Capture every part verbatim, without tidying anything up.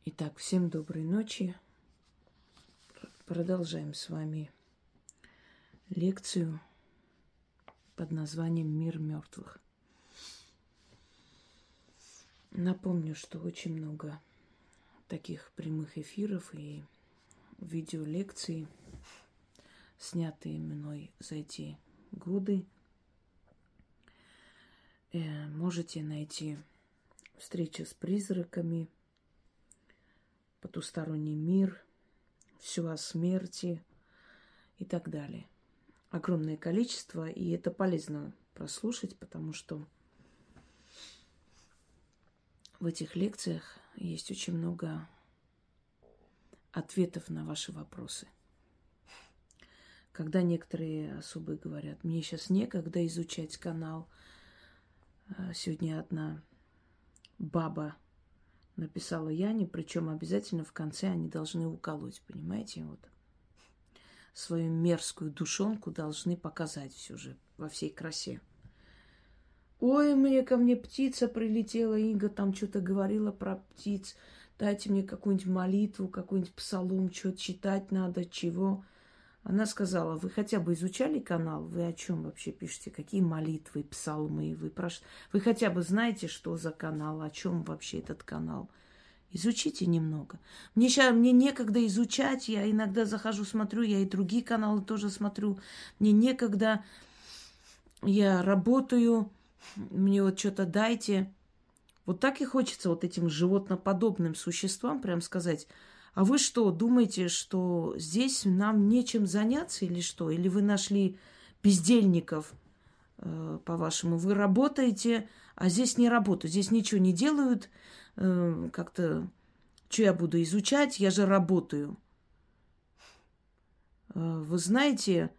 Итак, всем доброй ночи. Продолжаем с вами лекцию под названием «Мир мертвых». Напомню, что очень много таких прямых эфиров и видеолекций, снятые мной за эти годы, можете найти встречи с призраками, потусторонний мир, все о смерти и так далее. Огромное количество, и это полезно прослушать, потому что в этих лекциях есть очень много ответов на ваши вопросы. Когда некоторые особые говорят, мне сейчас некогда изучать канал. Сегодня одна баба написала Яне, причем обязательно в конце они должны уколоть, понимаете, вот. Свою мерзкую душонку должны показать все же во всей красе. Ой, мне ко мне птица прилетела, Инга там что-то говорила про птиц. Дайте мне какую-нибудь молитву, какой-нибудь псалом, что-то читать надо, чего. Она сказала, вы хотя бы изучали канал? Вы о чем вообще пишете? Какие молитвы, псалмы? Вы, прош... вы хотя бы знаете, что за канал? О чем вообще этот канал? Изучите немного. Мне сейчас мне некогда изучать. Я иногда захожу, смотрю, я и другие каналы тоже смотрю. Мне некогда. Я работаю. Мне вот что-то дайте. Вот так и хочется вот этим животноподобным существам прям сказать. А вы что, думаете, что здесь нам нечем заняться или что? Или вы нашли бездельников, э, по-вашему? Вы работаете, а здесь не работают. Здесь ничего не делают. Э, как-то, что я буду изучать? Я же работаю. Э, вы знаете,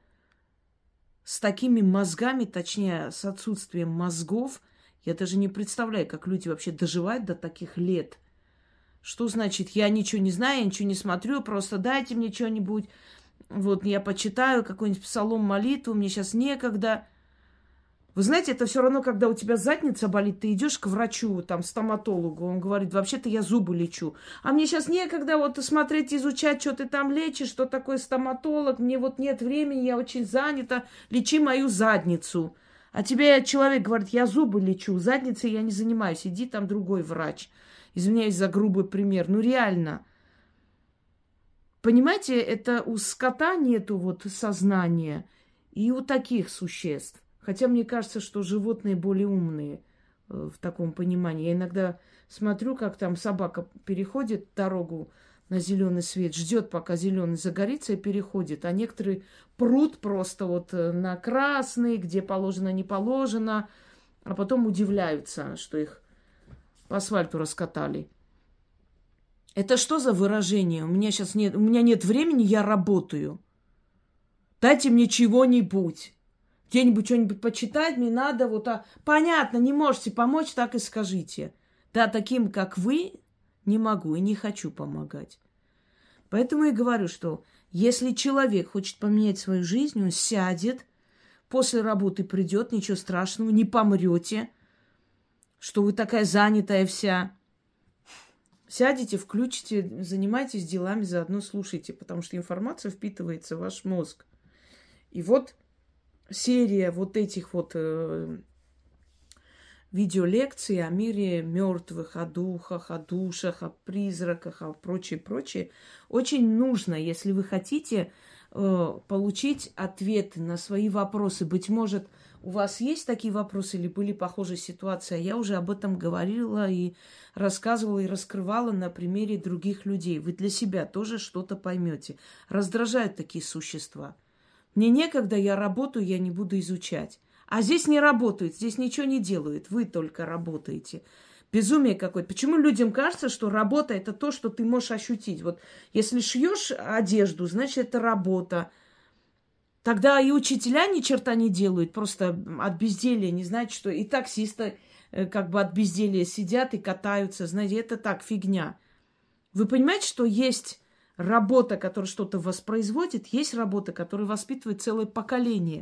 с такими мозгами, точнее, с отсутствием мозгов, я даже не представляю, как люди вообще доживают до таких лет. Что значит, я ничего не знаю, я ничего не смотрю, просто дайте мне что-нибудь. Вот я почитаю какой-нибудь псалом, молитву, мне сейчас некогда. Вы знаете, это все равно, когда у тебя задница болит, ты идешь к врачу, там, стоматологу, он говорит, вообще-то я зубы лечу. А мне сейчас некогда вот смотреть, изучать, что ты там лечишь, что такое стоматолог, мне вот нет времени, я очень занята, лечи мою задницу. А тебе человек говорит, я зубы лечу, задницей я не занимаюсь, иди там другой врач. Извиняюсь за грубый пример. Ну, реально. Понимаете, это у скота нету вот сознания и у таких существ. Хотя мне кажется, что животные более умные в таком понимании. Я иногда смотрю, как там собака переходит дорогу на зеленый свет, ждет, пока зеленый загорится и переходит. А некоторые прут просто вот на красный, где положено, не положено, а потом удивляются, что их по асфальту раскатали. Это что за выражение? У меня сейчас нет, у меня нет времени, я работаю. Дайте мне чего-нибудь. Где-нибудь что-нибудь почитать мне надо. Вот, а... Понятно, не можете помочь, так и скажите. Да, таким, как вы, не могу и не хочу помогать. Поэтому я говорю, что если человек хочет поменять свою жизнь, он сядет, после работы придет, ничего страшного, не помрете. Что вы такая занятая вся. Сядете, включите, занимайтесь делами, заодно слушайте, потому что информация впитывается в ваш мозг. И вот серия вот этих вот э, видеолекций о мире мертвых, о духах, о душах, о призраках, о прочее, прочее, очень нужно, если вы хотите э, получить ответы на свои вопросы. Быть может, у вас есть такие вопросы или были похожие ситуации? Я уже об этом говорила и рассказывала, и раскрывала на примере других людей. Вы для себя тоже что-то поймете. Раздражают такие существа. Мне некогда, я работаю, я не буду изучать. А здесь не работают, здесь ничего не делают. Вы только работаете. Безумие какое-то. Почему людям кажется, что работа – это то, что ты можешь ощутить? Вот если шьешь одежду, значит, это работа. Тогда и учителя ни черта не делают, просто от безделья, не знают, что и таксисты как бы от безделья сидят и катаются. Знаете, это так, фигня. Вы понимаете, что есть работа, которая что-то воспроизводит, есть работа, которая воспитывает целое поколение.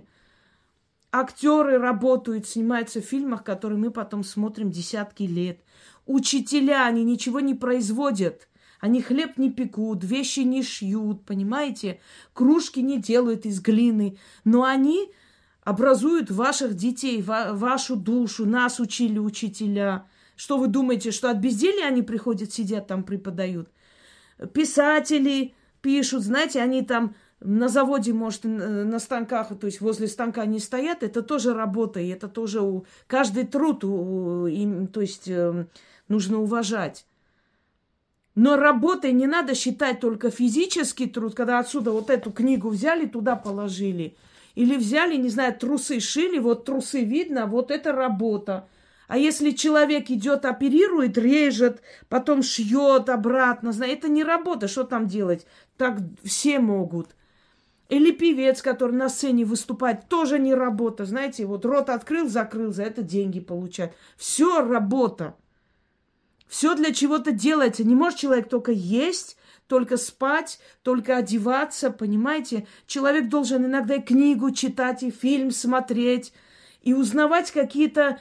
Актеры работают, снимаются в фильмах, которые мы потом смотрим десятки лет. Учителя, они ничего не производят. Они хлеб не пекут, вещи не шьют, понимаете? Кружки не делают из глины. Но они образуют ваших детей, ва- вашу душу. Нас учили учителя. Что вы думаете, что от безделья они приходят, сидят там, преподают? Писатели пишут, знаете, они там на заводе, может, на станках, то есть возле станка не стоят, это тоже работа, и это тоже у, каждый труд у, им, то есть э, нужно уважать. Но работой не надо считать только физический труд, когда отсюда вот эту книгу взяли, туда положили. Или взяли, не знаю, трусы шили, вот трусы видно, вот это работа. А если человек идет, оперирует, режет, потом шьет обратно, это не работа, что там делать? Так все могут. Или певец, который на сцене выступает, тоже не работа. Знаете, вот рот открыл, закрыл, за это деньги получать. Все работа. Все для чего-то делается. Не может человек только есть, только спать, только одеваться, понимаете? Человек должен иногда и книгу читать, и фильм смотреть, и узнавать какие-то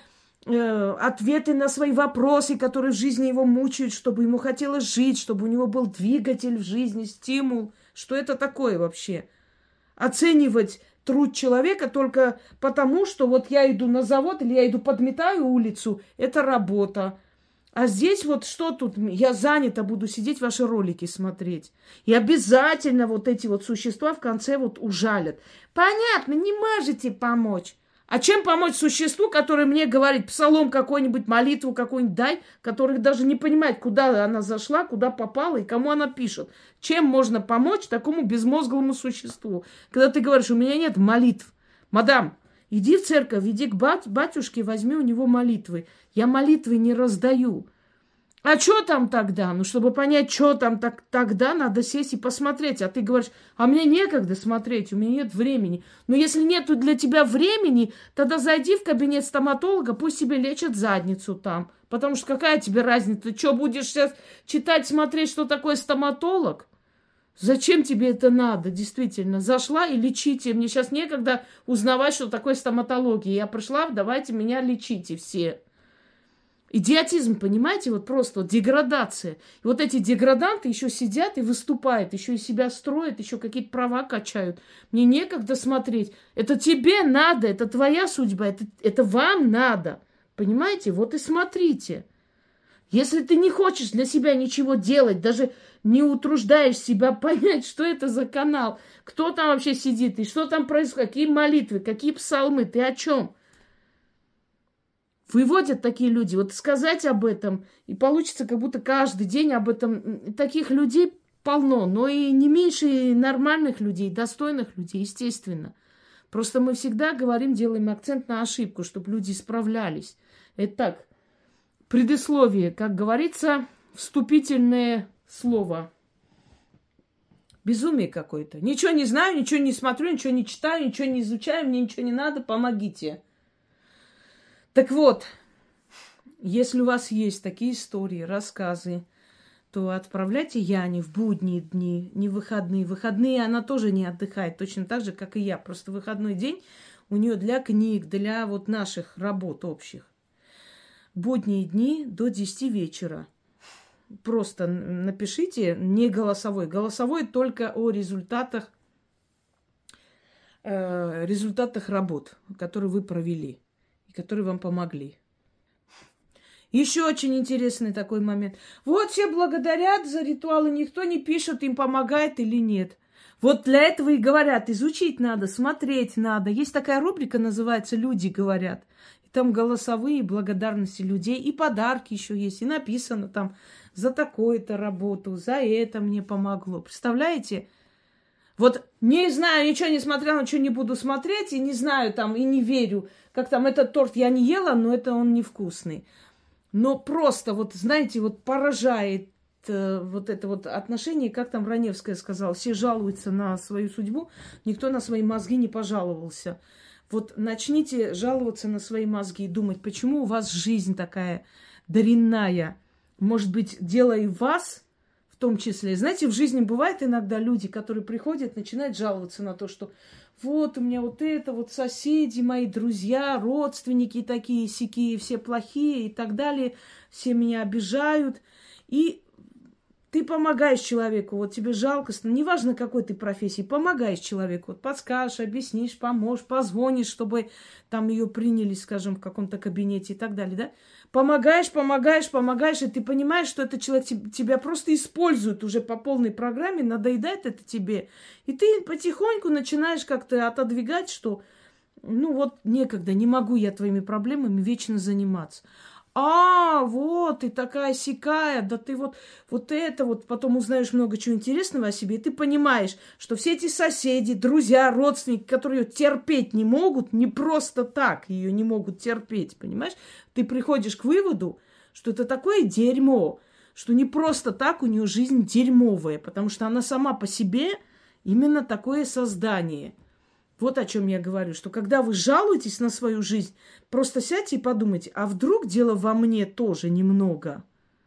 ответы на свои вопросы, которые в жизни его мучают, чтобы ему хотелось жить, чтобы у него был двигатель в жизни, стимул. Что это такое вообще? Оценивать труд человека только потому, что вот я иду на завод или я иду подметаю улицу, это работа. А здесь вот что тут? Я занята, буду сидеть, ваши ролики смотреть. И обязательно вот эти вот существа в конце вот ужалят. Понятно, не можете помочь. А чем помочь существу, которое мне говорит псалом какой-нибудь, молитву какую-нибудь дай, который даже не понимает, куда она зашла, куда попала и кому она пишет. Чем можно помочь такому безмозглому существу? Когда ты говоришь, у меня нет молитв. Мадам, иди в церковь, иди к бат- батюшке, возьми у него молитвы. Я молитвы не раздаю. А что там тогда? Ну, чтобы понять, что там так, тогда, надо сесть и посмотреть. А ты говоришь, а мне некогда смотреть, у меня нет времени. Но если нету для тебя времени, тогда зайди в кабинет стоматолога, пусть себе лечат задницу там. Потому что какая тебе разница? Ты что, будешь сейчас читать, смотреть, что такое стоматолог? Зачем тебе это надо, действительно? Зашла и лечите. Мне сейчас некогда узнавать, что такое стоматология. Я пришла, давайте меня лечите все. Идиотизм, понимаете, вот просто вот деградация. И вот эти деграданты еще сидят и выступают, еще и себя строят, еще какие-то права качают. Мне некогда смотреть. Это тебе надо, это твоя судьба, это, это вам надо. Понимаете? Вот и смотрите. Если ты не хочешь для себя ничего делать, даже не утруждаешь себя понять, что это за канал, кто там вообще сидит и что там происходит, какие молитвы, какие псалмы, ты о чем? Выводят такие люди. Вот сказать об этом, и получится, как будто каждый день об этом. Таких людей полно, но и не меньше нормальных людей, достойных людей, естественно. Просто мы всегда говорим, делаем акцент на ошибку, чтобы люди справлялись. Итак, предисловие, как говорится, вступительное слово. Безумие какое-то. Ничего не знаю, ничего не смотрю, ничего не читаю, ничего не изучаю, мне ничего не надо, помогите. Так вот, если у вас есть такие истории, рассказы, то отправляйте Яне в будние дни, не в выходные. В выходные она тоже не отдыхает, точно так же, как и я. Просто выходной день у нее для книг, для вот наших работ общих. Будние дни до десяти вечера. Просто напишите, не голосовой. Голосовой только о результатах, э, результатах работ, которые вы провели, которые вам помогли. Еще очень интересный такой момент. Вот все благодарят за ритуалы, никто не пишет, им помогает или нет. Вот для этого и говорят, изучить надо, смотреть надо. Есть такая рубрика, называется «Люди говорят». И там голосовые благодарности людей, и подарки еще есть. И написано там за такую-то работу, за это мне помогло. Представляете? Вот не знаю, ничего не смотрела, ничего не буду смотреть, и не знаю там, и не верю. Как там, этот торт я не ела, но это он невкусный. Но просто, вот знаете, вот поражает э, вот это вот отношение, как там Раневская сказала, все жалуются на свою судьбу, никто на свои мозги не пожаловался. Вот начните жаловаться на свои мозги и думать, почему у вас жизнь такая дрянная. Может быть, дело и в вас в том числе. Знаете, в жизни бывает иногда люди, которые приходят, начинают жаловаться на то, что вот у меня вот это, вот соседи, мои друзья, родственники такие, сякие, все плохие и так далее, все меня обижают. И ты помогаешь человеку, вот тебе жалко, неважно какой ты профессии, помогаешь человеку, вот подскажешь, объяснишь, поможешь, позвонишь, чтобы там ее приняли, скажем, в каком-то кабинете и так далее, да? Помогаешь, помогаешь, помогаешь, и ты понимаешь, что этот человек тебя просто использует уже по полной программе, надоедает это тебе. И ты потихоньку начинаешь как-то отодвигать, что, ну вот, некогда, не могу я твоими проблемами вечно заниматься. А, вот, ты такая сякая, да ты вот, вот это вот, потом узнаешь много чего интересного о себе, и ты понимаешь, что все эти соседи, друзья, родственники, которые ее терпеть не могут, не просто так ее не могут терпеть, понимаешь? Ты приходишь к выводу, что это такое дерьмо, что не просто так у нее жизнь дерьмовая, потому что она сама по себе именно такое создание. Вот о чем я говорю, что когда вы жалуетесь на свою жизнь, просто сядьте и подумайте, а вдруг дело во мне тоже немного?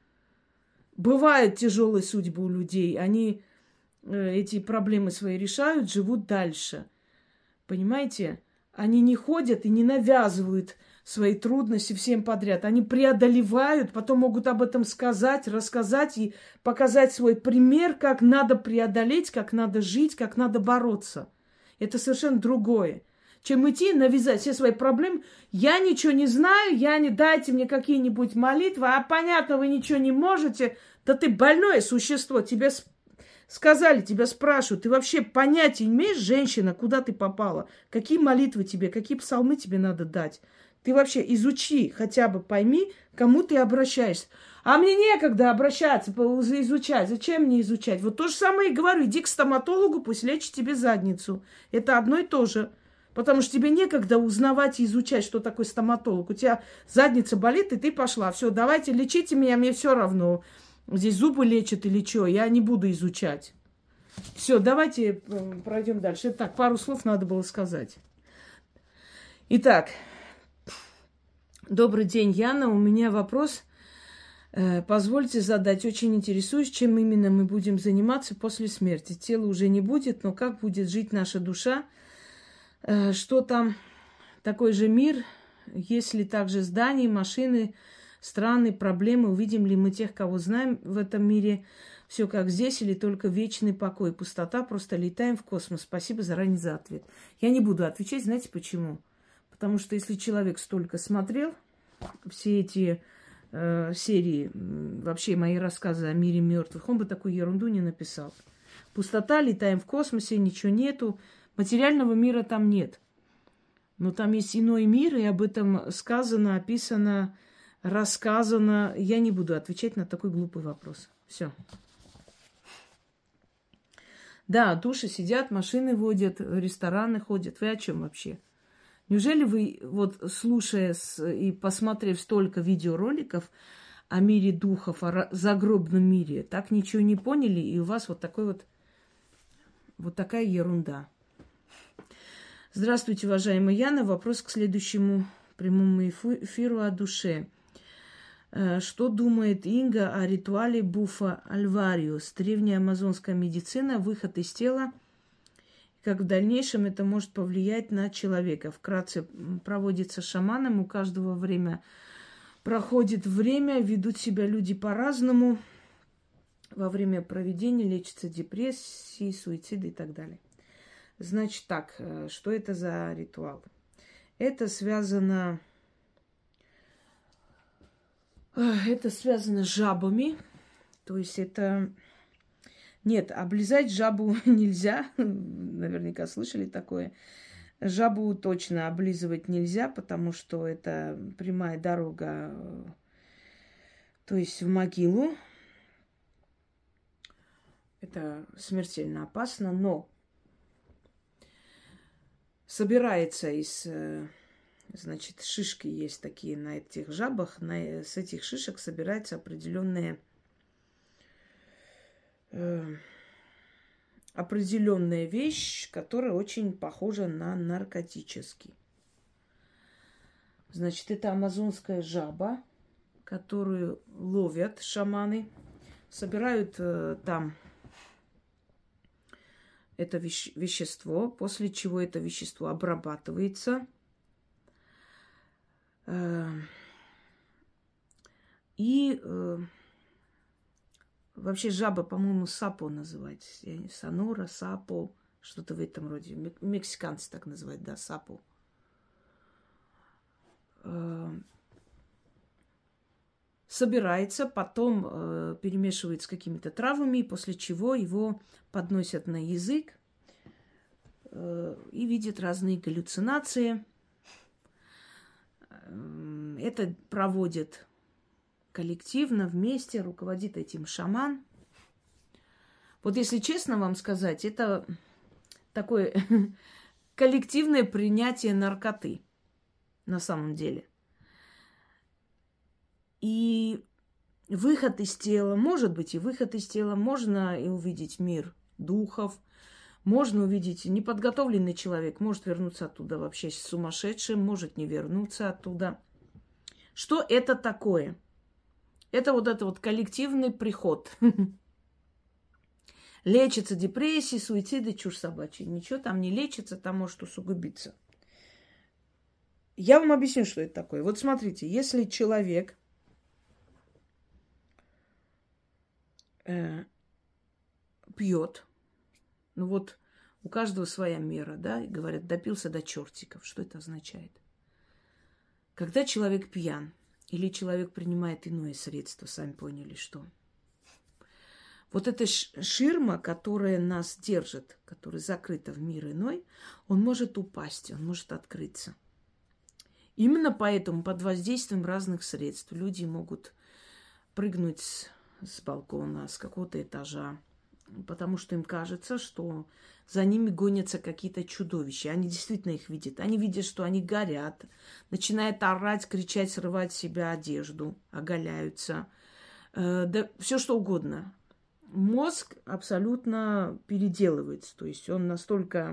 Бывают тяжелые судьбы у людей, они э, эти проблемы свои решают, живут дальше. Понимаете? Они не ходят и не навязывают свои трудности всем подряд. Они преодолевают, потом могут об этом сказать, рассказать и показать свой пример, как надо преодолеть, как надо жить, как надо бороться. Это совершенно другое, чем идти навязать все свои проблемы. Я ничего не знаю, я не дайте мне какие-нибудь молитвы, а понятно, вы ничего не можете. Да ты больное существо, тебе сказали, тебя спрашивают, ты вообще понятия имеешь, женщина, куда ты попала? Какие молитвы тебе, какие псалмы тебе надо дать? Ты вообще изучи, хотя бы пойми, к кому ты обращаешься. А мне некогда обращаться, изучать. Зачем мне изучать? Вот то же самое и говорю. Иди к стоматологу, пусть лечит тебе задницу. Это одно и то же. Потому что тебе некогда узнавать и изучать, что такое стоматолог. У тебя задница болит, и ты пошла. Все, давайте лечите меня, мне все равно. Здесь зубы лечат или что, я не буду изучать. Все, давайте пройдем дальше. Так, пару слов надо было сказать. Итак, добрый день, Яна. У меня вопрос. Позвольте задать. Очень интересуюсь, чем именно мы будем заниматься после смерти. Тела уже не будет, но как будет жить наша душа? Что там такой же мир? Есть ли также здания, машины, страны, проблемы? Увидим ли мы тех, кого знаем в этом мире? Все как здесь или только вечный покой, пустота? Просто летаем в космос. Спасибо заранее за ответ. Я не буду отвечать. Знаете почему? Потому что если человек столько смотрел, все эти серии, вообще мои рассказы о мире мертвых, он бы такую ерунду не написал. Пустота, летаем в космосе, ничего нету. Материального мира там нет. Но там есть иной мир, и об этом сказано, описано, рассказано. Я не буду отвечать на такой глупый вопрос. Все. Да, души сидят, машины водят, рестораны ходят. Вы о чем вообще? Неужели вы, вот слушая и посмотрев столько видеороликов о мире духов, о загробном мире, так ничего не поняли, и у вас вот такой вот, вот такая ерунда? Здравствуйте, уважаемая Яна. Вопрос к следующему прямому эфиру о душе. Что думает Инга о ритуале Буфа Альвариус? Древняя амазонская медицина, выход из тела. Как в дальнейшем это может повлиять на человека. Вкратце проводится шаманом, у каждого время проходит время, ведут себя люди по-разному. Во время проведения лечится депрессии, суициды и так далее. Значит так, что это за ритуал? Это связано, это связано с жабами, то есть это... Нет, облизать жабу нельзя. Наверняка слышали такое. Жабу точно облизывать нельзя, потому что это прямая дорога, то есть в могилу. Это смертельно опасно, но собирается из, значит, шишки есть такие на этих жабах. На, с этих шишек собирается определенная определенная вещь, которая очень похожа на наркотический. Значит, это амазонская жаба, которую ловят шаманы, собирают э, там это веще- вещество, после чего это вещество обрабатывается. Э, и э, Вообще жаба, по-моему, сапо называется. Сонора, сапо, что-то в этом роде. Мексиканцы так называют, да, сапо. Собирается, потом э, перемешивает с какими-то травами, после чего его подносят на язык э, и видят разные галлюцинации. Это проводит коллективно, вместе, руководит этим шаман. Вот если честно вам сказать, это такое коллективное принятие наркоты на самом деле. И выход из тела, может быть, и выход из тела, можно и увидеть мир духов, можно увидеть неподготовленный человек, может вернуться оттуда вообще сумасшедшим, может не вернуться оттуда. Что это такое? Это вот это вот коллективный приход. Лечится депрессия, суициды, чушь собачья. Ничего там не лечится, там может усугубиться. Я вам объясню, что это такое. Вот смотрите, если человек э, пьет, ну вот у каждого своя мера, да, и говорят, допился до чертиков. Что это означает? Когда человек пьян или человек принимает иное средство, сами поняли, что. Вот эта ширма, которая нас держит, которая закрыта в мир иной, он может упасть, он может открыться. Именно поэтому под воздействием разных средств люди могут прыгнуть с, с балкона, с какого-то этажа, потому что им кажется, что за ними гонятся какие-то чудовища. Они действительно их видят. Они видят, что они горят, начинают орать, кричать, срывать с себя одежду, оголяются. Э, да все что угодно. Мозг абсолютно переделывается. То есть он настолько...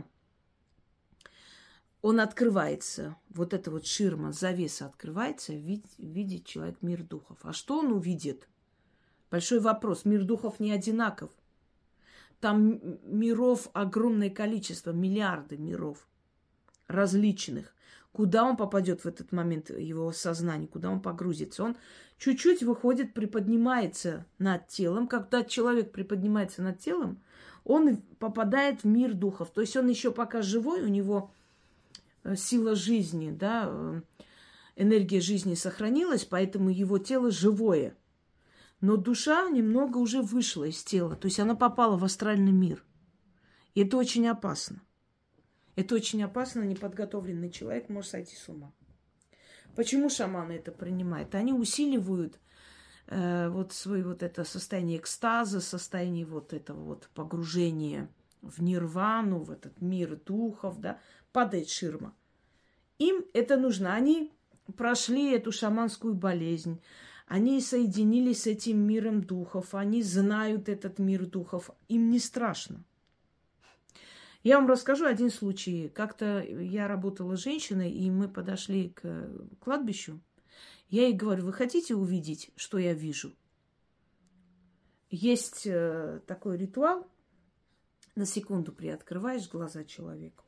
Он открывается, вот эта вот ширма, завеса открывается, видит, видит человек мир духов. А что он увидит? Большой вопрос. Мир духов не одинаков. Там миров огромное количество, миллиарды миров различных. Куда он попадет в этот момент, его сознание, куда он погрузится? Он чуть-чуть выходит, приподнимается над телом. Когда человек приподнимается над телом, он попадает в мир духов. То есть он еще пока живой, у него сила жизни, да, энергия жизни сохранилась, поэтому его тело живое. Но душа немного уже вышла из тела, то есть она попала в астральный мир. И это очень опасно. Это очень опасно, неподготовленный человек может сойти с ума. Почему шаманы это принимают? Они усиливают э, вот свое вот это состояние экстаза, состояние вот этого вот погружения в нирвану, в этот мир духов, да, падает ширма. Им это нужно. Они прошли эту шаманскую болезнь. Они соединились с этим миром духов. Они знают этот мир духов. Им не страшно. Я вам расскажу один случай. Как-то я работала с женщиной, и мы подошли к кладбищу. Я ей говорю, вы хотите увидеть, что я вижу? Есть такой ритуал. На секунду приоткрываешь глаза человеку.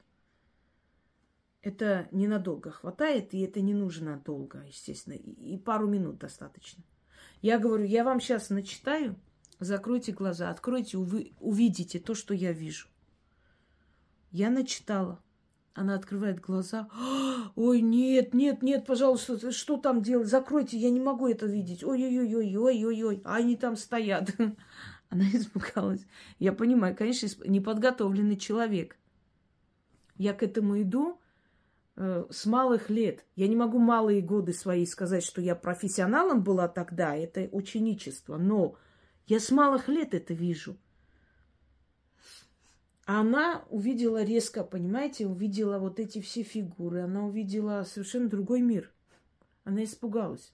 Это ненадолго хватает, и это не нужно долго, естественно. И пару минут достаточно. Я говорю, я вам сейчас начитаю, закройте глаза, откройте, вы увидите то, что я вижу. Я начитала. Она открывает глаза. Ой, нет, нет, нет, пожалуйста, что там делать? Закройте, я не могу это видеть. Ой-ой-ой, ой-ой-ой, а они там стоят. Она испугалась. Я понимаю, конечно, неподготовленный человек. Я к этому иду э, с малых лет. Я не могу малые годы свои сказать, что я профессионалом была тогда. Это ученичество. Но я с малых лет это вижу. Она увидела резко, понимаете, увидела вот эти все фигуры. Она увидела совершенно другой мир. Она испугалась.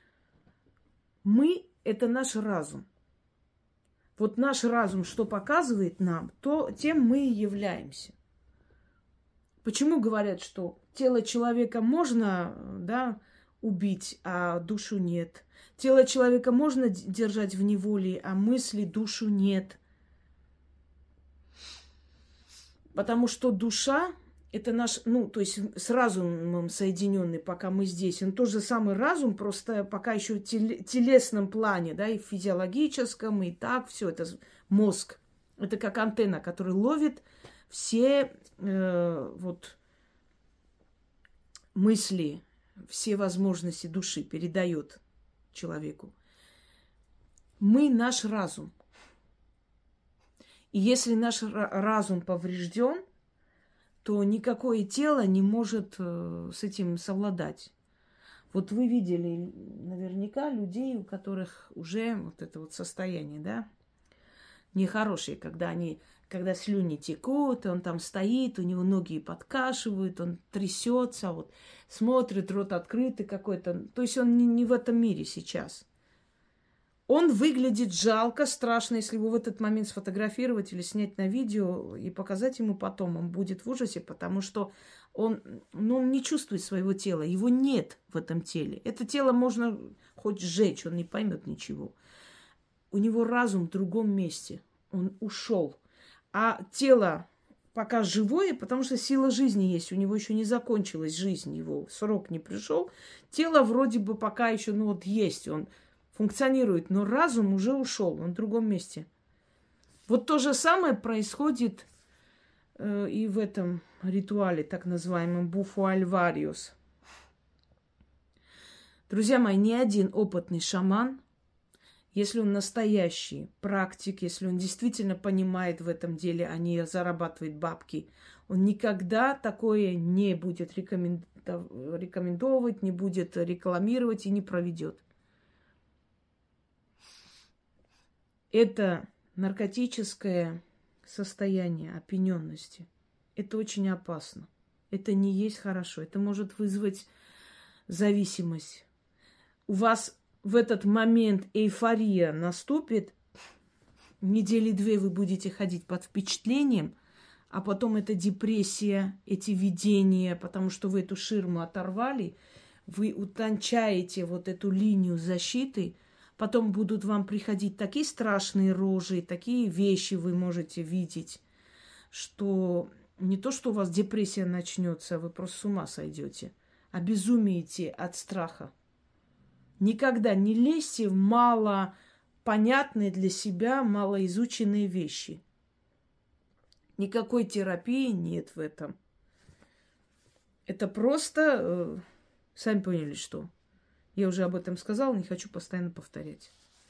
Мы – это наш разум. Вот наш разум, что показывает нам, то тем мы и являемся. Почему говорят, что тело человека можно, да, убить, а душу нет? Тело человека можно держать в неволе, а мысли, душу нет. Потому что душа, это наш, ну, то есть с разумом соединенный, пока мы здесь. Он тот же самый разум, просто пока еще в телесном плане, да, и в физиологическом, и так, все это мозг. Это как антенна, которая ловит все э, вот мысли, все возможности души, передает человеку. Мы наш разум. И если наш разум поврежден, то никакое тело не может э, с этим совладать. Вот вы видели наверняка людей, у которых уже вот это вот состояние, да, нехорошее, когда они, когда слюни текут, он там стоит, у него ноги подкашивают, он трясется, вот смотрит, рот открытый какой-то. То есть он не, не в этом мире сейчас. Он выглядит жалко, страшно, если его в этот момент сфотографировать или снять на видео и показать ему потом. Он будет в ужасе, потому что он, ну, он не чувствует своего тела. Его нет в этом теле. Это тело можно хоть сжечь, он не поймет ничего. У него разум в другом месте. Он ушел. А тело пока живое, потому что сила жизни есть. У него еще не закончилась жизнь его. Срок не пришел. Тело вроде бы пока еще, ну вот есть. Он функционирует, но разум уже ушел, он в другом месте. Вот то же самое происходит э, и в этом ритуале, так называемом Буфо Альвариус. Друзья мои, ни один опытный шаман, если он настоящий практик, если он действительно понимает в этом деле, а не зарабатывает бабки, он никогда такое не будет рекомендовать, не будет рекламировать и не проведет. Это наркотическое состояние опьяненности. Это очень опасно. Это не есть хорошо. Это может вызвать зависимость. У вас в этот момент эйфория наступит. Недели две вы будете ходить под впечатлением, а потом это депрессия, эти видения, потому что вы эту ширму оторвали, вы утончаете вот эту линию защиты. Потом будут вам приходить такие страшные рожи, такие вещи вы можете видеть, что не то, что у вас депрессия начнется, вы просто с ума сойдете, обезумеете от страха. Никогда не лезьте в мало понятные для себя, малоизученные вещи. Никакой терапии нет в этом. Это просто, э, сами поняли, что. Я уже об этом сказала, не хочу постоянно повторять.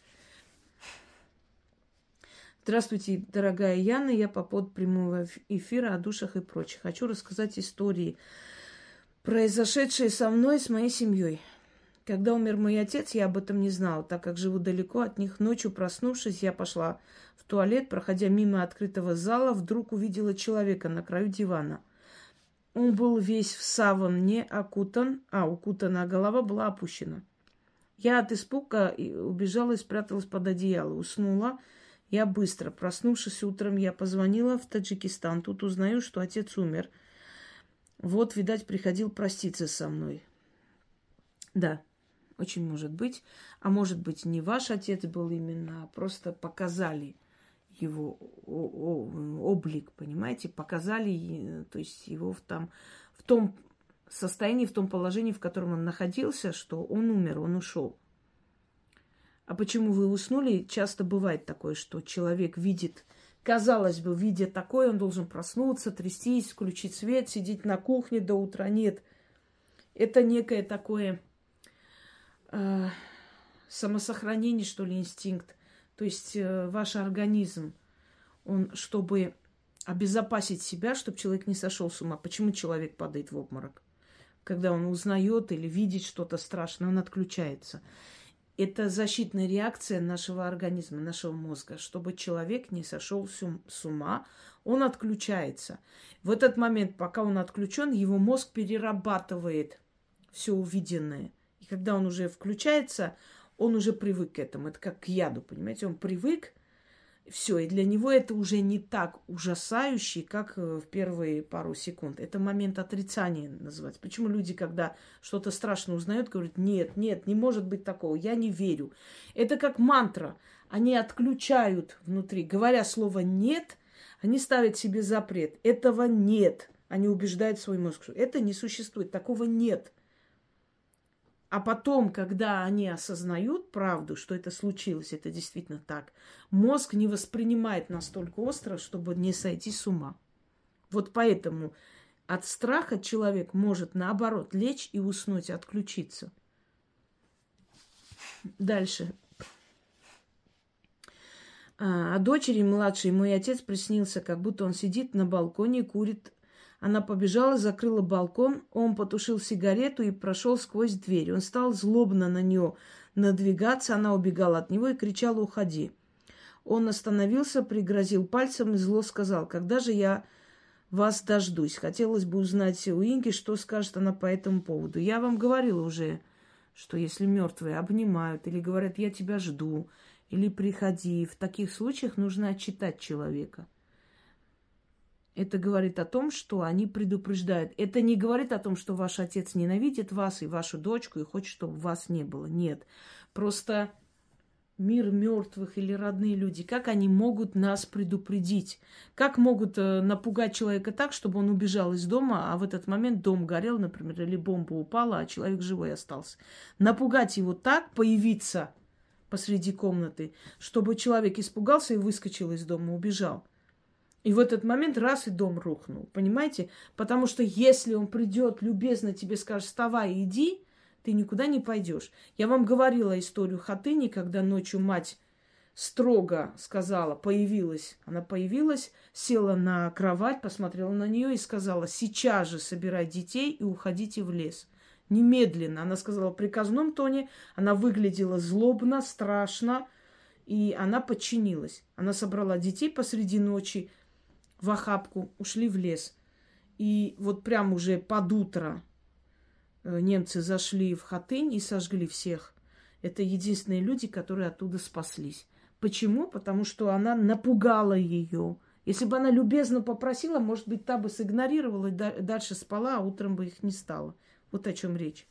Здравствуйте, дорогая Яна. Я по поводу прямого эфира о душах и прочее. Хочу рассказать истории, произошедшие со мной, с моей семьей. Когда умер мой отец, я об этом не знала, так как живу далеко от них. Ночью, проснувшись, я пошла в туалет, проходя мимо открытого зала, вдруг увидела человека на краю дивана. Он был весь в саван, не окутан, а укутанная голова была опущена. Я от испуга убежала и спряталась под одеяло. Уснула я быстро. Проснувшись утром, я позвонила в Таджикистан. Тут узнаю, что отец умер. Вот, видать, приходил проститься со мной. Да, очень может быть. А может быть, не ваш отец был именно, а просто показали его облик, понимаете, показали, то есть его в, там, в том состоянии, в том положении, в котором он находился, что он умер, он ушел. А почему вы уснули? Часто бывает такое, что человек видит, казалось бы, видя такое, он должен проснуться, трястись, включить свет, сидеть на кухне до утра. Нет, это некое такое э, самосохранение, что ли, инстинкт. То есть э, ваш организм, он, чтобы обезопасить себя, чтобы человек не сошел с ума. Почему человек падает в обморок? Когда он узнает или видит что-то страшное, он отключается. Это защитная реакция нашего организма, нашего мозга. Чтобы человек не сошел с ума, он отключается. В этот момент, пока он отключен, его мозг перерабатывает все увиденное. И когда он уже включается, он уже привык к этому. Это как к яду, понимаете? Он привык, все, и для него это уже не так ужасающе, как в первые пару секунд. Это момент отрицания называется. Почему люди, когда что-то страшное узнают, говорят, нет, нет, не может быть такого, я не верю. Это как мантра. Они отключают внутри. Говоря слово «нет», они ставят себе запрет. Этого нет. Они убеждают свой мозг, что это не существует, такого нет. А потом, когда они осознают правду, что это случилось, это действительно так, мозг не воспринимает настолько остро, чтобы не сойти с ума. Вот поэтому от страха человек может, наоборот, лечь и уснуть, отключиться. Дальше. А, а дочери младшей мой отец приснился, как будто он сидит на балконе и курит. Она побежала, закрыла балкон, он потушил сигарету и прошел сквозь дверь. Он стал злобно на нее надвигаться, она убегала от него и кричала: «Уходи». Он остановился, пригрозил пальцем и зло сказал: «Когда же я вас дождусь? Хотелось бы узнать у Инги, что скажет она по этому поводу. Я вам говорила уже, что если мертвые обнимают или говорят: я тебя жду, или приходи, в таких случаях нужно отчитать человека». Это говорит о том, что они предупреждают. Это не говорит о том, что ваш отец ненавидит вас и вашу дочку и хочет, чтобы вас не было. Нет. Просто мир мертвых или родные люди, как они могут нас предупредить? Как могут э, напугать человека так, чтобы он убежал из дома, а в этот момент дом горел, например, или бомба упала, а человек живой остался? Напугать его так, появиться посреди комнаты, чтобы человек испугался и выскочил из дома, убежал. И в этот момент раз и дом рухнул, понимаете? Потому что если он придет, любезно тебе скажет: вставай, иди, ты никуда не пойдешь. Я вам говорила историю Хатыни, когда ночью мать строго сказала, появилась. Она появилась, села на кровать, посмотрела на нее и сказала: сейчас же собирай детей и уходите в лес. Немедленно. Она сказала в приказном тоне, она выглядела злобно, страшно, и она подчинилась. Она собрала детей посреди ночи в охапку, ушли в лес. И вот прям уже под утро немцы зашли в Хатынь и сожгли всех. Это единственные люди, которые оттуда спаслись. Почему? Потому что она напугала ее. Если бы она любезно попросила, может быть, та бы сигнорировала и дальше спала, а утром бы их не стало. Вот о чем речь.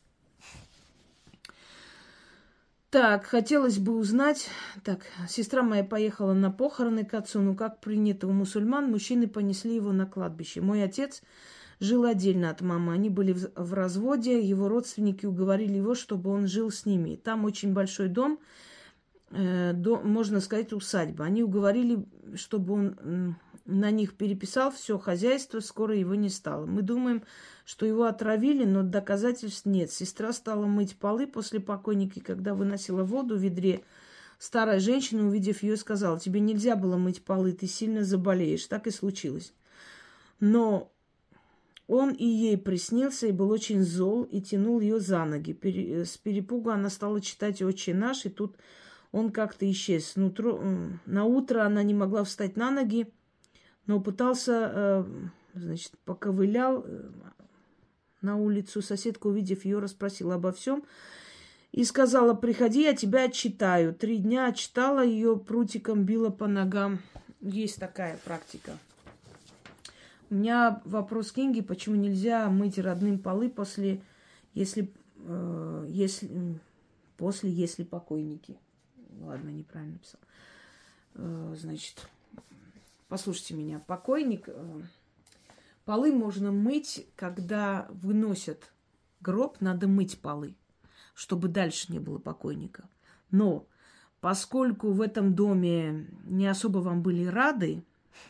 Так, хотелось бы узнать... Так, сестра моя поехала на похороны к отцу. Ну, как принято у мусульман, мужчины понесли его на кладбище. Мой отец жил отдельно от мамы. Они были в, в разводе. Его родственники уговорили его, чтобы он жил с ними. Там очень большой дом, э, дом, можно сказать, усадьба. Они уговорили, чтобы он э, на них переписал все хозяйство. Скоро его не стало. Мы думаем, что его отравили, но доказательств нет. Сестра стала мыть полы после покойника, когда выносила воду в ведре. Старая женщина, увидев ее, сказала: тебе нельзя было мыть полы, ты сильно заболеешь. Так и случилось. Но он и ей приснился, и был очень зол, и тянул ее за ноги. Пере... С перепугу она стала читать «Отче наш», и тут он как-то исчез. Нутро... На утро она не могла встать на ноги, но пытался, значит, поковылял на улицу. Соседка, увидев ее, расспросила обо всем и сказала: приходи, я тебя отчитаю. Три дня отчитала ее, прутиком била по ногам. Есть такая практика. У меня вопрос к Инге: почему нельзя мыть родным полы после, если, э, если, после, если покойники? Ладно, неправильно написал. Э, значит, послушайте меня. Покойник... Э, Полы можно мыть, когда выносят гроб, надо мыть полы, чтобы дальше не было покойника. Но поскольку в этом доме не особо вам были рады,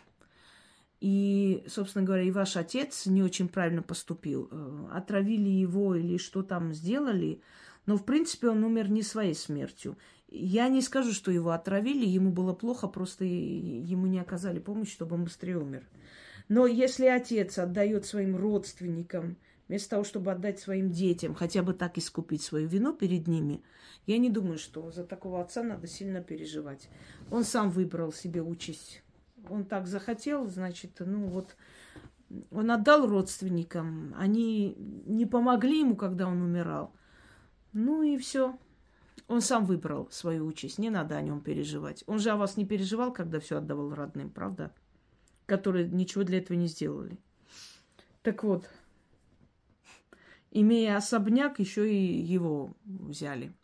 и, собственно говоря, и ваш отец не очень правильно поступил, отравили его или что там сделали, но, в принципе, он умер не своей смертью. Я не скажу, что его отравили, ему было плохо, просто ему не оказали помощь, чтобы он быстрее умер. Но если отец отдает своим родственникам, вместо того, чтобы отдать своим детям, хотя бы так искупить свою вину перед ними, я не думаю, что за такого отца надо сильно переживать. Он сам выбрал себе участь. Он так захотел, значит, ну вот, он отдал родственникам, они не помогли ему, когда он умирал. Ну и все. Он сам выбрал свою участь, не надо о нем переживать. Он же о вас не переживал, когда все отдавал родным, правда? Которые ничего для этого не сделали. Так вот, имея особняк, еще и его взяли.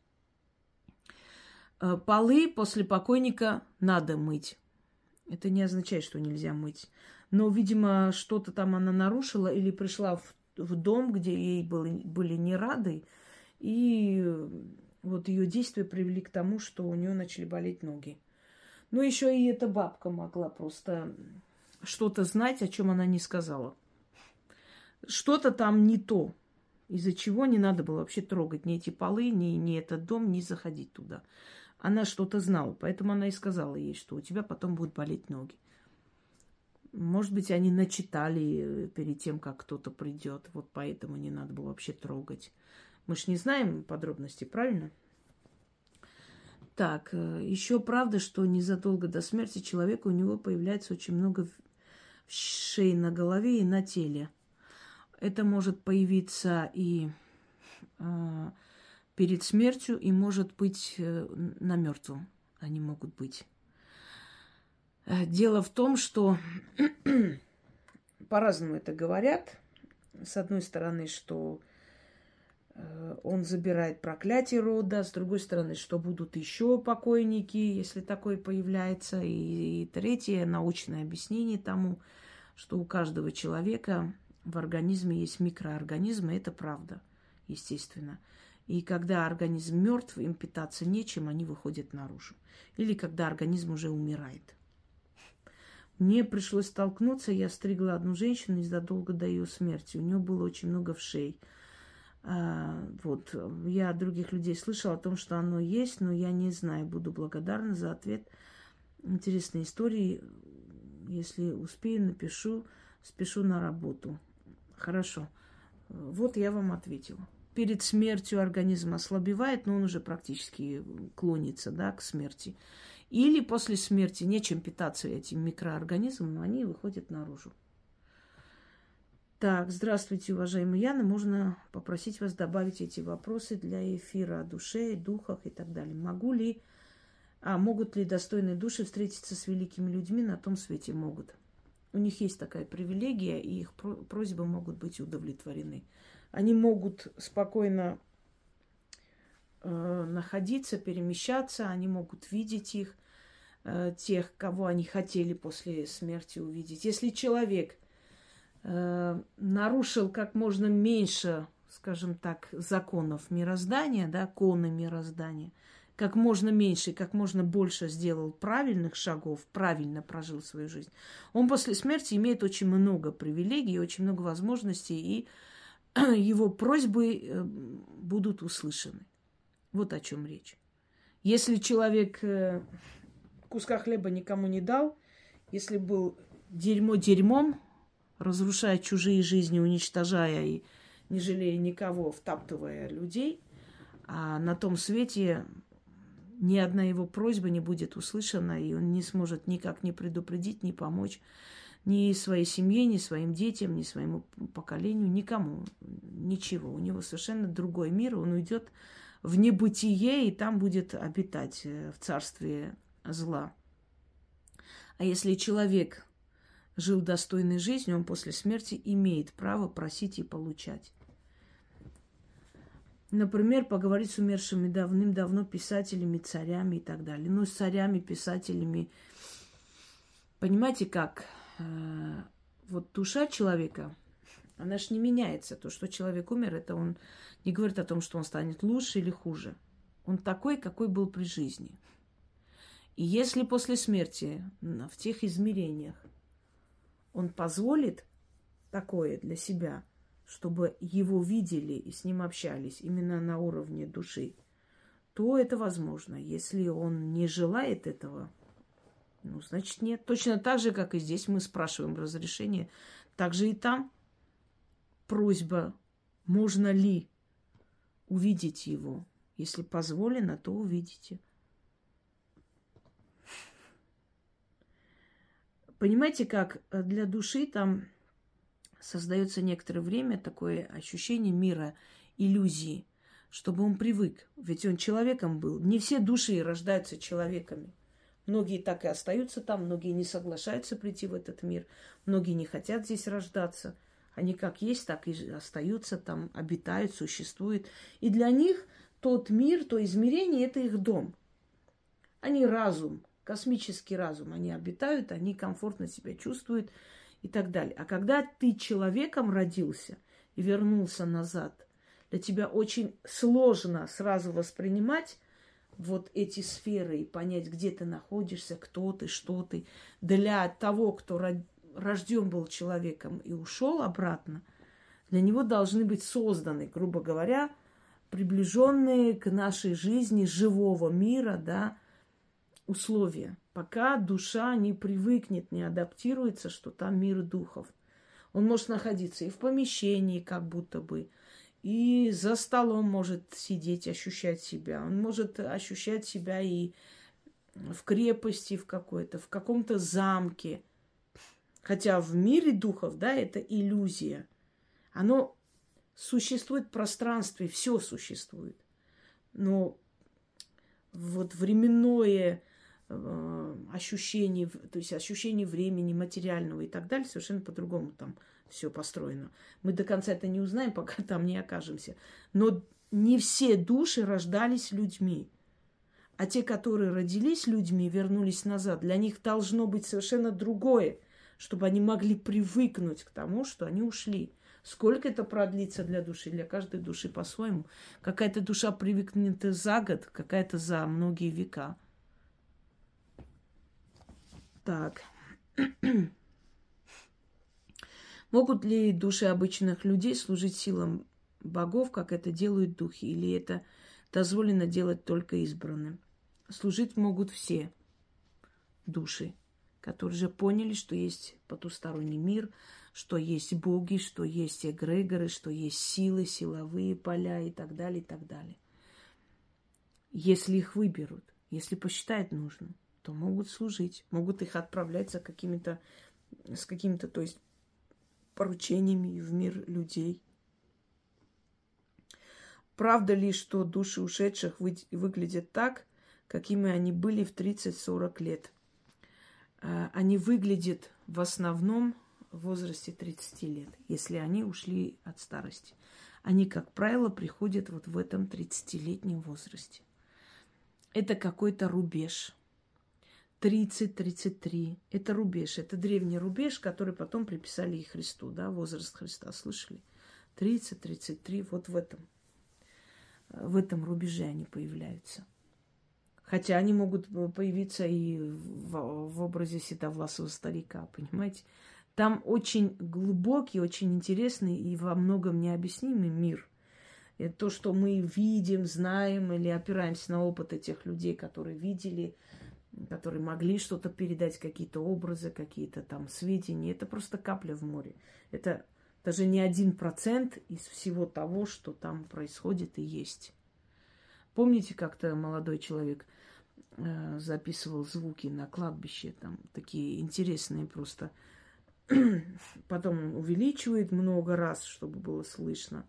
Полы после покойника надо мыть. Это не означает, что нельзя мыть. Но, видимо, что-то там она нарушила или пришла в, в дом, где ей были, были не рады. И вот ее действия привели к тому, что у нее начали болеть ноги. Ну, еще и эта бабка могла просто что-то знать, о чем она не сказала. Что-то там не то, из-за чего не надо было вообще трогать ни эти полы, ни, ни этот дом, ни заходить туда. Она что-то знала, поэтому она и сказала ей, что у тебя потом будут болеть ноги. Может быть, они начитали перед тем, как кто-то придет, вот поэтому не надо было вообще трогать. Мы ж не знаем подробностей, правильно? Так, еще правда, что незадолго до смерти человека у него появляется очень много шеи на голове и на теле. Это может появиться и э, перед смертью, и может быть э, на мертвом. Они могут быть. Дело в том, что по-разному это говорят. С одной стороны, что э, он забирает проклятие рода, с другой стороны, что будут еще покойники, если такое появляется. И, и третье научное объяснение тому, что у каждого человека в организме есть микроорганизмы, это правда, естественно. И когда организм мертв, им питаться нечем, они выходят наружу. Или когда организм уже умирает. Мне пришлось столкнуться, я стригла одну женщину незадолго до ее смерти. У нее было очень много вшей. А, вот. Я от других людей слышала о том, что оно есть, но я не знаю. Буду благодарна за ответ. Интересные истории. Если успею, напишу, спешу на работу. Хорошо. Вот я вам ответила. Перед смертью организм ослабевает, но он уже практически клонится, да, к смерти. Или после смерти нечем питаться этим микроорганизмом, но они выходят наружу. Так, здравствуйте, уважаемая Яна. Можно попросить вас добавить эти вопросы для эфира о душе, духах и так далее. Могу ли, а могут ли достойные души встретиться с великими людьми на том свете? Могут. У них есть такая привилегия, и их просьбы могут быть удовлетворены. Они могут спокойно э, находиться, перемещаться, они могут видеть их, э, тех, кого они хотели после смерти увидеть. Если человек э, нарушил как можно меньше, скажем так, законов мироздания, да, коны мироздания, как можно меньше, как можно больше сделал правильных шагов, правильно прожил свою жизнь, он после смерти имеет очень много привилегий, очень много возможностей, и его просьбы будут услышаны. Вот о чем речь. Если человек куска хлеба никому не дал, если был дерьмо дерьмом, разрушая чужие жизни, уничтожая и не жалея никого, втаптывая людей, а на том свете ни одна его просьба не будет услышана, и он не сможет никак не предупредить, не помочь ни своей семье, ни своим детям, ни своему поколению, никому, ничего. У него совершенно другой мир, он уйдет в небытие и там будет обитать в царстве зла. А если человек жил достойной жизнью, он после смерти имеет право просить и получать. Например, поговорить с умершими давным-давно писателями, царями и так далее. Ну, с царями, писателями. Понимаете, как? Вот душа человека, она ж не меняется. То, что человек умер, это он не говорит о том, что он станет лучше или хуже. Он такой, какой был при жизни. И если после смерти в тех измерениях он позволит такое для себя, чтобы его видели и с ним общались именно на уровне души, то это возможно. Если он не желает этого, ну, значит, нет. Точно так же, как и здесь мы спрашиваем разрешение, так же и там просьба, можно ли увидеть его. Если позволено, то увидите. Понимаете, как для души там создается некоторое время такое ощущение мира, иллюзии, чтобы он привык. Ведь он человеком был. Не все души рождаются человеками. Многие так и остаются там, многие не соглашаются прийти в этот мир, многие не хотят здесь рождаться. Они как есть, так и остаются там, обитают, существуют. И для них тот мир, то измерение – это их дом. Они разум, космический разум. Они обитают, они комфортно себя чувствуют. и так далее. А когда ты человеком родился и вернулся назад, для тебя очень сложно сразу воспринимать вот эти сферы и понять, где ты находишься, кто ты, что ты. Для того, кто рожден был человеком и ушел обратно, для него должны быть созданы, грубо говоря, приближенные к нашей жизни живого мира, да, условия. Пока душа не привыкнет, не адаптируется, что там мир духов. Он может находиться и в помещении, как будто бы, и за столом может сидеть, ощущать себя. Он может ощущать себя и в крепости в какой-то, в каком-то замке. Хотя в мире духов, да, это иллюзия. Оно существует в пространстве, все существует. Но вот временное э, ощущение, то есть ощущение времени, материального и так далее, совершенно по-другому там все построено. Мы до конца это не узнаем, пока там не окажемся. Но не все души рождались людьми. А те, которые родились людьми, вернулись назад, для них должно быть совершенно другое, чтобы они могли привыкнуть к тому, что они ушли. Сколько это продлится для души? Для каждой души по-своему. Какая-то душа привыкнет за год, какая-то за многие века. Так. Могут ли души обычных людей служить силам богов, как это делают духи? Или это дозволено делать только избранным? Служить могут все души, которые же поняли, что есть потусторонний мир, что есть боги, что есть эгрегоры, что есть силы, силовые поля и так далее, и так далее. Если их выберут, если посчитают нужным, то могут служить, могут их отправлять за какими-то, с какими-то, то есть, поручениями в мир людей. Правда ли, что души ушедших вы, выглядят так, какими они были в тридцать-сорок лет? Они выглядят в основном в возрасте тридцати лет, если они ушли от старости. Они, как правило, приходят вот в этом тридцатилетнем возрасте. Это какой-то рубеж. тридцать-тридцать три. Это рубеж. Это древний рубеж, который потом приписали и Христу, да, возраст Христа. Слышали? тридцать-тридцать три. Вот в этом. В этом рубеже они появляются. Хотя они могут появиться и в, в образе седовласого старика, понимаете? Там очень глубокий, очень интересный и во многом необъяснимый мир. Это то, что мы видим, знаем или опираемся на опыт этих людей, которые видели, которые могли что-то передать, какие-то образы, какие-то там сведения. Это просто капля в море. Это даже не один процент из всего того, что там происходит и есть. Помните, как-то молодой человек э, записывал звуки на кладбище, там такие интересные просто. Потом он увеличивает много раз, чтобы было слышно.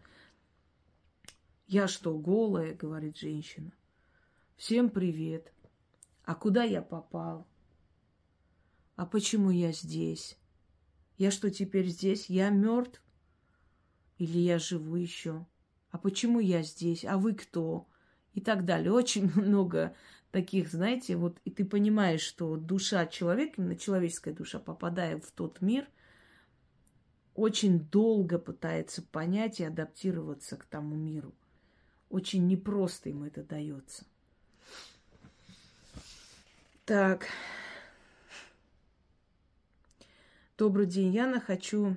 «Я что, голая?» — говорит женщина. «Всем привет. А куда я попал? А почему я здесь? Я что, теперь здесь? Я мертв? Или я живу еще? А почему я здесь? А вы кто?» И так далее. Очень много таких, знаете, вот, и ты понимаешь, что душа человека, именно человеческая душа, попадая в тот мир, очень долго пытается понять и адаптироваться к тому миру. Очень непросто им это дается. Так. Добрый день, Яна. Хочу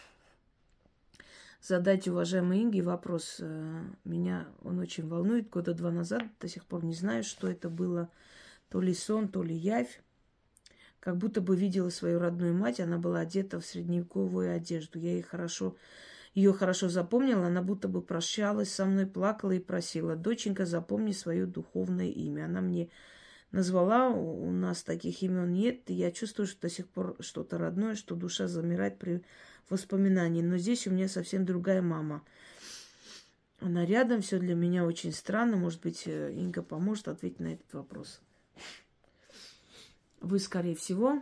задать уважаемой Инге вопрос. Меня он очень волнует. Года два назад до сих пор не знаю, что это было. То ли сон, то ли явь. Как будто бы видела свою родную мать. Она была одета в средневековую одежду. Я ей хорошо, ее хорошо запомнила. Она будто бы прощалась со мной, плакала и просила: «Доченька, запомни свое духовное имя». Она мне назвала, у нас таких имен нет. И я чувствую, что до сих пор что-то родное, что душа замирает при воспоминании. Но здесь у меня совсем другая мама. Она рядом, все для меня очень странно. Может быть, Инга поможет ответить на этот вопрос. Вы, скорее всего,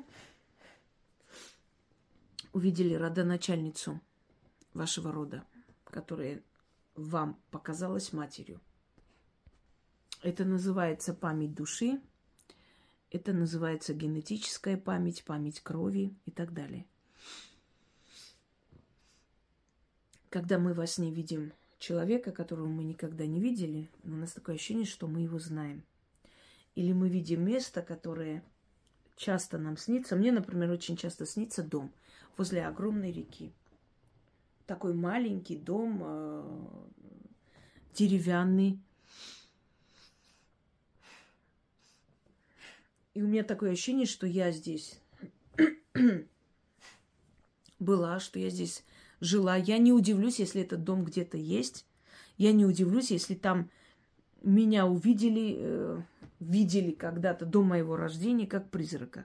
увидели родоначальницу вашего рода, которая вам показалась матерью. Это называется память души, это называется генетическая память, память крови и так далее. когда мы во сне видим человека, которого мы никогда не видели, у нас такое ощущение, что мы его знаем. Или мы видим место, которое часто нам снится. Мне, например, очень часто снится дом возле огромной реки. Такой маленький дом, э, деревянный. И у меня такое ощущение, что я здесь была, что я здесь жила. Я не удивлюсь, если этот дом где-то есть. Я не удивлюсь, если там меня увидели, э, видели когда-то до моего рождения как призрака.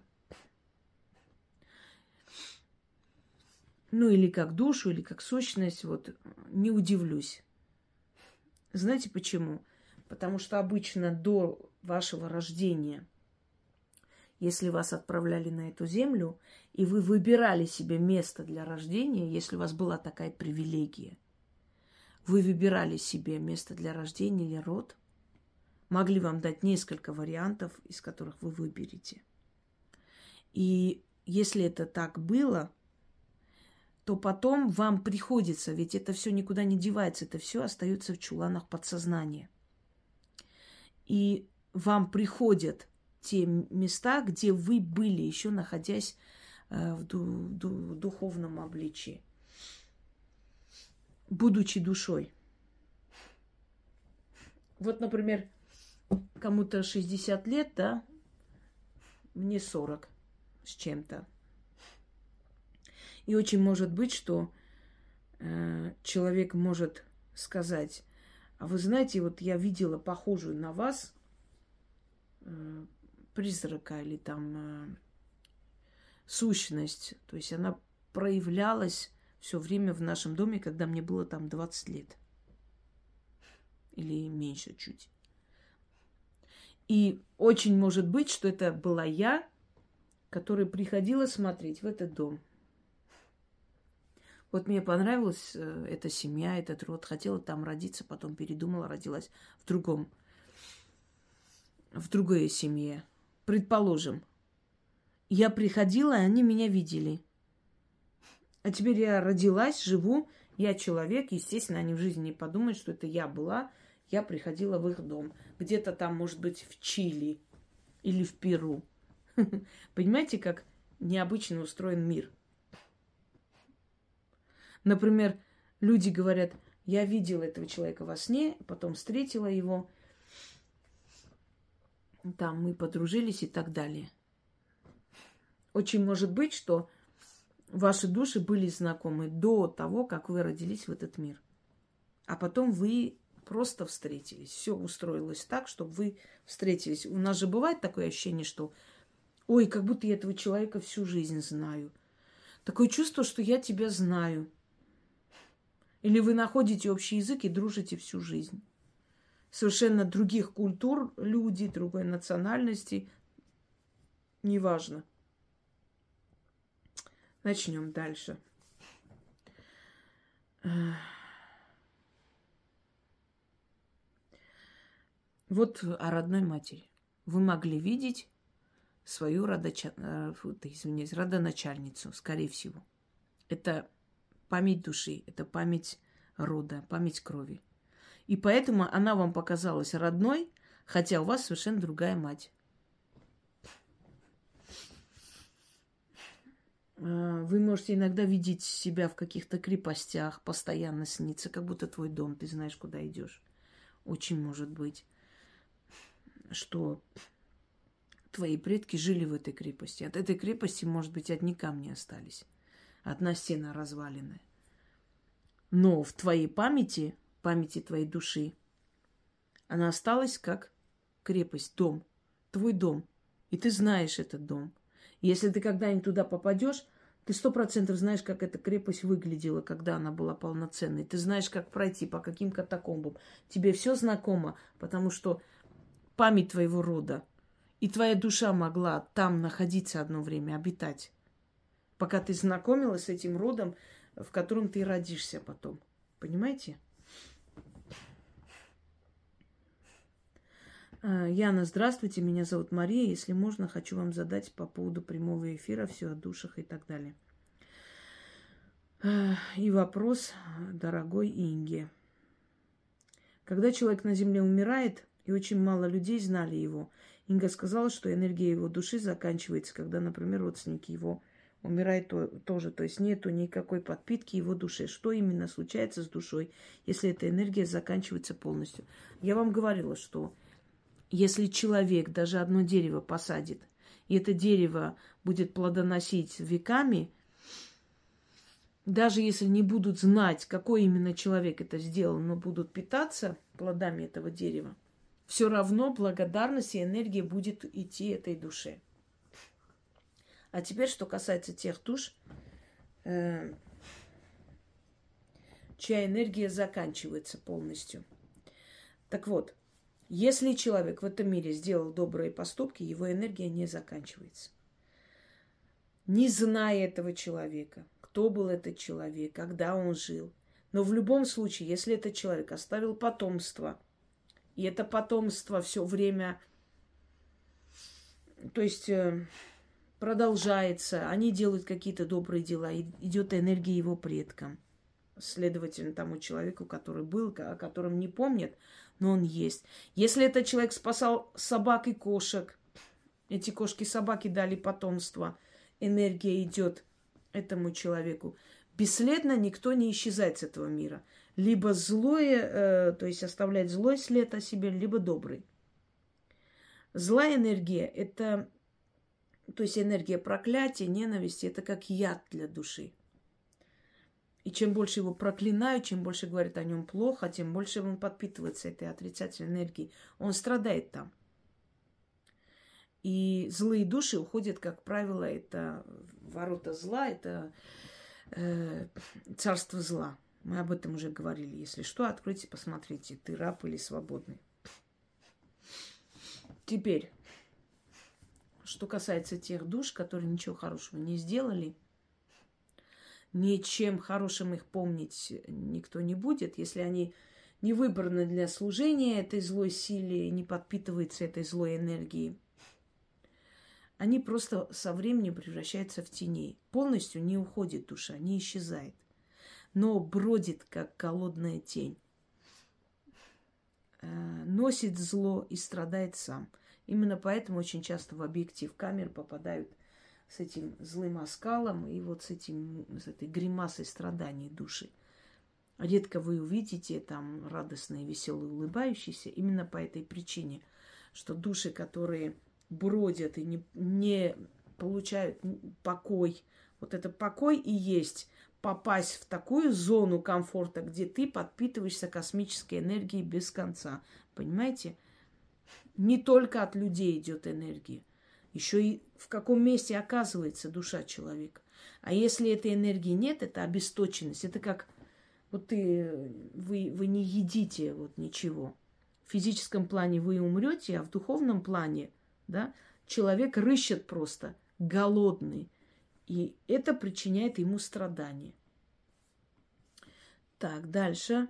Ну, или как душу, или как сущность. Вот, не удивлюсь. Знаете почему? Потому что обычно до вашего рождения, если вас отправляли на эту землю, и вы выбирали себе место для рождения, если у вас была такая привилегия, вы выбирали себе место для рождения или род, могли вам дать несколько вариантов, из которых вы выберете. И если это так было, то потом вам приходится, ведь это все никуда не девается, это все остается в чуланах подсознания. И вам приходят те места, где вы были, еще находясь э, в ду- ду- духовном обличии, будучи душой. Вот, например, кому-то шестьдесят лет, да, мне сорок с чем-то. И очень может быть, что э, человек может сказать: а вы знаете, вот я видела похожую на вас э, призрака или там э, сущность. То есть она проявлялась все время в нашем доме, когда мне было там двадцать лет. Или меньше чуть. И очень может быть, что это была я, которая приходила смотреть в этот дом. Вот мне понравилась э, эта семья, этот род. Хотела там родиться, потом передумала, родилась в другом, в другой семье. Предположим, я приходила, и они меня видели. А теперь я родилась, живу, я человек. Естественно, они в жизни не подумают, что это я была. Я приходила в их дом. Где-то там, может быть, в Чили или в Перу. Понимаете, как необычно устроен мир? Например, люди говорят: я видела этого человека во сне, потом встретила его, там мы подружились и так далее. Очень может быть, что ваши души были знакомы до того, как вы родились в этот мир. А потом вы просто встретились. Все устроилось так, чтобы вы встретились. У нас же бывает такое ощущение, что ой, как будто я этого человека всю жизнь знаю. Такое чувство, что я тебя знаю. Или вы находите общий язык и дружите всю жизнь. Совершенно других культур люди, другой национальности. Неважно. Начнем дальше. Вот о родной матери. Вы могли видеть свою родоча... извиняюсь, родоначальницу, скорее всего. Это память души, это память рода, память крови. И поэтому она вам показалась родной, хотя у вас совершенно другая мать. Вы можете иногда видеть себя в каких-то крепостях, постоянно снится, как будто твой дом, ты знаешь, куда идешь. Очень может быть, что твои предки жили в этой крепости. От этой крепости, может быть, одни камни остались. Одна стена разваленная. Но в твоей памяти, памяти твоей души, она осталась как крепость, дом, твой дом. И ты знаешь этот дом. Если ты когда-нибудь туда попадешь, ты сто процентов знаешь, как эта крепость выглядела, когда она была полноценной. Ты знаешь, как пройти, по каким катакомбам. Тебе все знакомо, потому что память твоего рода. И твоя душа могла там находиться одно время, обитать. Пока ты знакомилась с этим родом, в котором ты родишься потом. Понимаете? Яна, здравствуйте, меня зовут Мария. Если можно, хочу вам задать по поводу прямого эфира, все о душах и так далее. И вопрос дорогой Инге. Когда человек на земле умирает, и очень мало людей знали его, Инга сказала, что энергия его души заканчивается, когда, например, родственники его умирают то, тоже. То есть нету никакой подпитки его души. Что именно случается с душой, если эта энергия заканчивается полностью? Я вам говорила, что если человек даже одно дерево посадит, и это дерево будет плодоносить веками, даже если не будут знать, какой именно человек это сделал, но будут питаться плодами этого дерева, все равно благодарность и энергия будет идти этой душе. А теперь, что касается тех душ, э, чья энергия заканчивается полностью. Так вот, если человек в этом мире сделал добрые поступки, его энергия не заканчивается. Не зная этого человека, кто был этот человек, когда он жил. Но в любом случае, если этот человек оставил потомство, и это потомство все время, то есть продолжается, они делают какие-то добрые дела, идет энергия его предкам. Следовательно, тому человеку, который был, о котором не помнят, но он есть. Если этот человек спасал собак и кошек, эти кошки и собаки дали потомство, энергия идет этому человеку. Бесследно никто не исчезает с этого мира. Либо злое, э, то есть оставлять злой след о себе, либо добрый. Злая энергия – это, то есть энергия проклятия, ненависти – это как яд для души. И чем больше его проклинают, чем больше говорят о нем плохо, тем больше он подпитывается этой отрицательной энергией. Он страдает там. И злые души уходят, как правило, это ворота зла, это э, царство зла. Мы об этом уже говорили. Если что, откройте, посмотрите, ты раб или свободный. Теперь, что касается тех душ, которые ничего хорошего не сделали, ничем хорошим их помнить никто не будет, если они не выбраны для служения этой злой силе, не подпитываются этой злой энергией. Они просто со временем превращаются в теней. Полностью не уходит душа, не исчезает, но бродит, как голодная тень. Носит зло и страдает сам. Именно поэтому очень часто в объектив камер попадают с этим злым оскалом и вот с, этим, с этой гримасой страданий души. Редко вы увидите там радостные, веселые, улыбающиеся. Именно по этой причине, что души, которые бродят и не, не получают покой, вот это покой и есть попасть в такую зону комфорта, где ты подпитываешься космической энергией без конца. Понимаете? Не только от людей идет энергия. Еще и в каком месте оказывается душа человека. А если этой энергии нет, это обесточенность. Это как вот ты, вы, вы не едите вот ничего. В физическом плане вы умрете, а в духовном плане, да, человек рыщет просто, голодный. И это причиняет ему страдания. Так, дальше.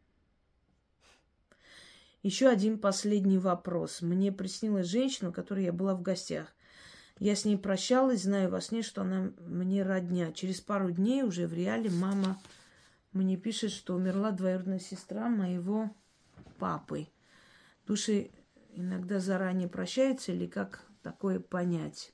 Еще один последний вопрос. Мне приснилась женщина, у которой я была в гостях. Я с ней прощалась, знаю во сне, что она мне родня. Через пару дней уже в реале мама мне пишет, что умерла двоюродная сестра моего папы. Души иногда заранее прощаются, или как такое понять?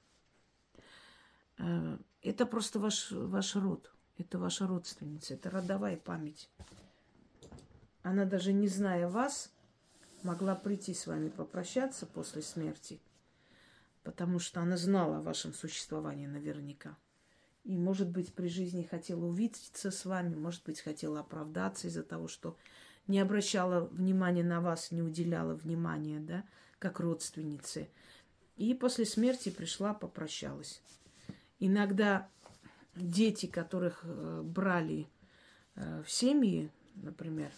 Это просто ваш, ваш род. Это ваша родственница. Это родовая память. Она, даже не зная вас, могла прийти с вами попрощаться после смерти, потому что она знала о вашем существовании наверняка. И, может быть, при жизни хотела увидеться с вами, может быть, хотела оправдаться из-за того, что не обращала внимания на вас, не уделяла внимания, да, как родственницы. И после смерти пришла, попрощалась. Иногда дети, которых брали в семьи, например,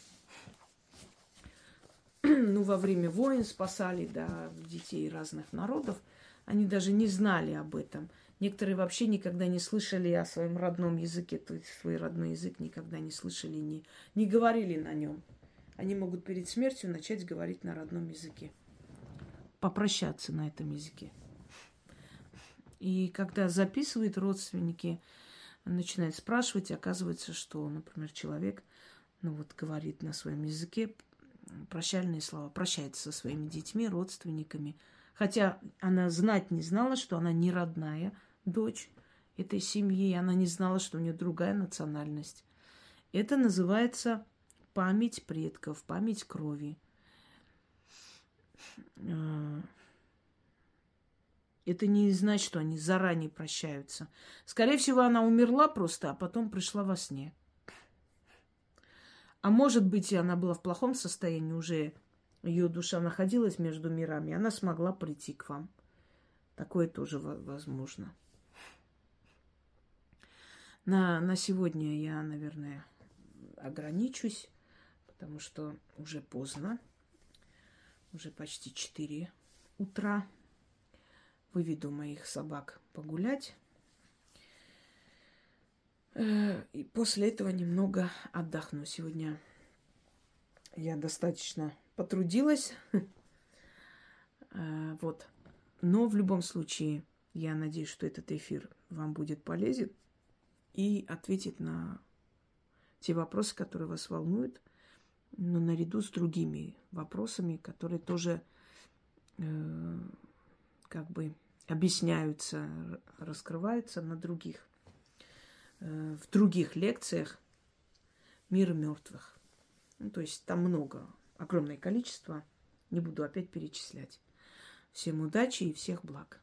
ну, во время войн спасали, да, детей разных народов, они даже не знали об этом. Некоторые вообще никогда не слышали о своем родном языке, то есть свой родной язык никогда не слышали, не, не говорили на нем. Они могут перед смертью начать говорить на родном языке, попрощаться на этом языке. И когда записывают родственники начинает спрашивать, и оказывается, что, например, человек, ну вот, говорит на своем языке прощальные слова, прощается со своими детьми, родственниками. Хотя она знать не знала, что она не родная дочь этой семьи, она не знала, что у нее другая национальность. Это называется память предков, память крови. Это не значит, что они заранее прощаются. Скорее всего, она умерла просто, а потом пришла во сне. А может быть, и она была в плохом состоянии, уже ее душа находилась между мирами, и она смогла прийти к вам. Такое тоже возможно. На, на сегодня я, наверное, ограничусь, потому что уже поздно. Уже почти четыре утра. Выведу моих собак погулять. И после этого немного отдохну. Сегодня я достаточно потрудилась. Вот. Но в любом случае, я надеюсь, что этот эфир вам будет полезен и ответит на те вопросы, которые вас волнуют, но наряду с другими вопросами, которые тоже э, как бы объясняются, раскрываются на других, э, в других лекциях «Мир мертвых». Ну, то есть там много, огромное количество, не буду опять перечислять. Всем удачи и всех благ.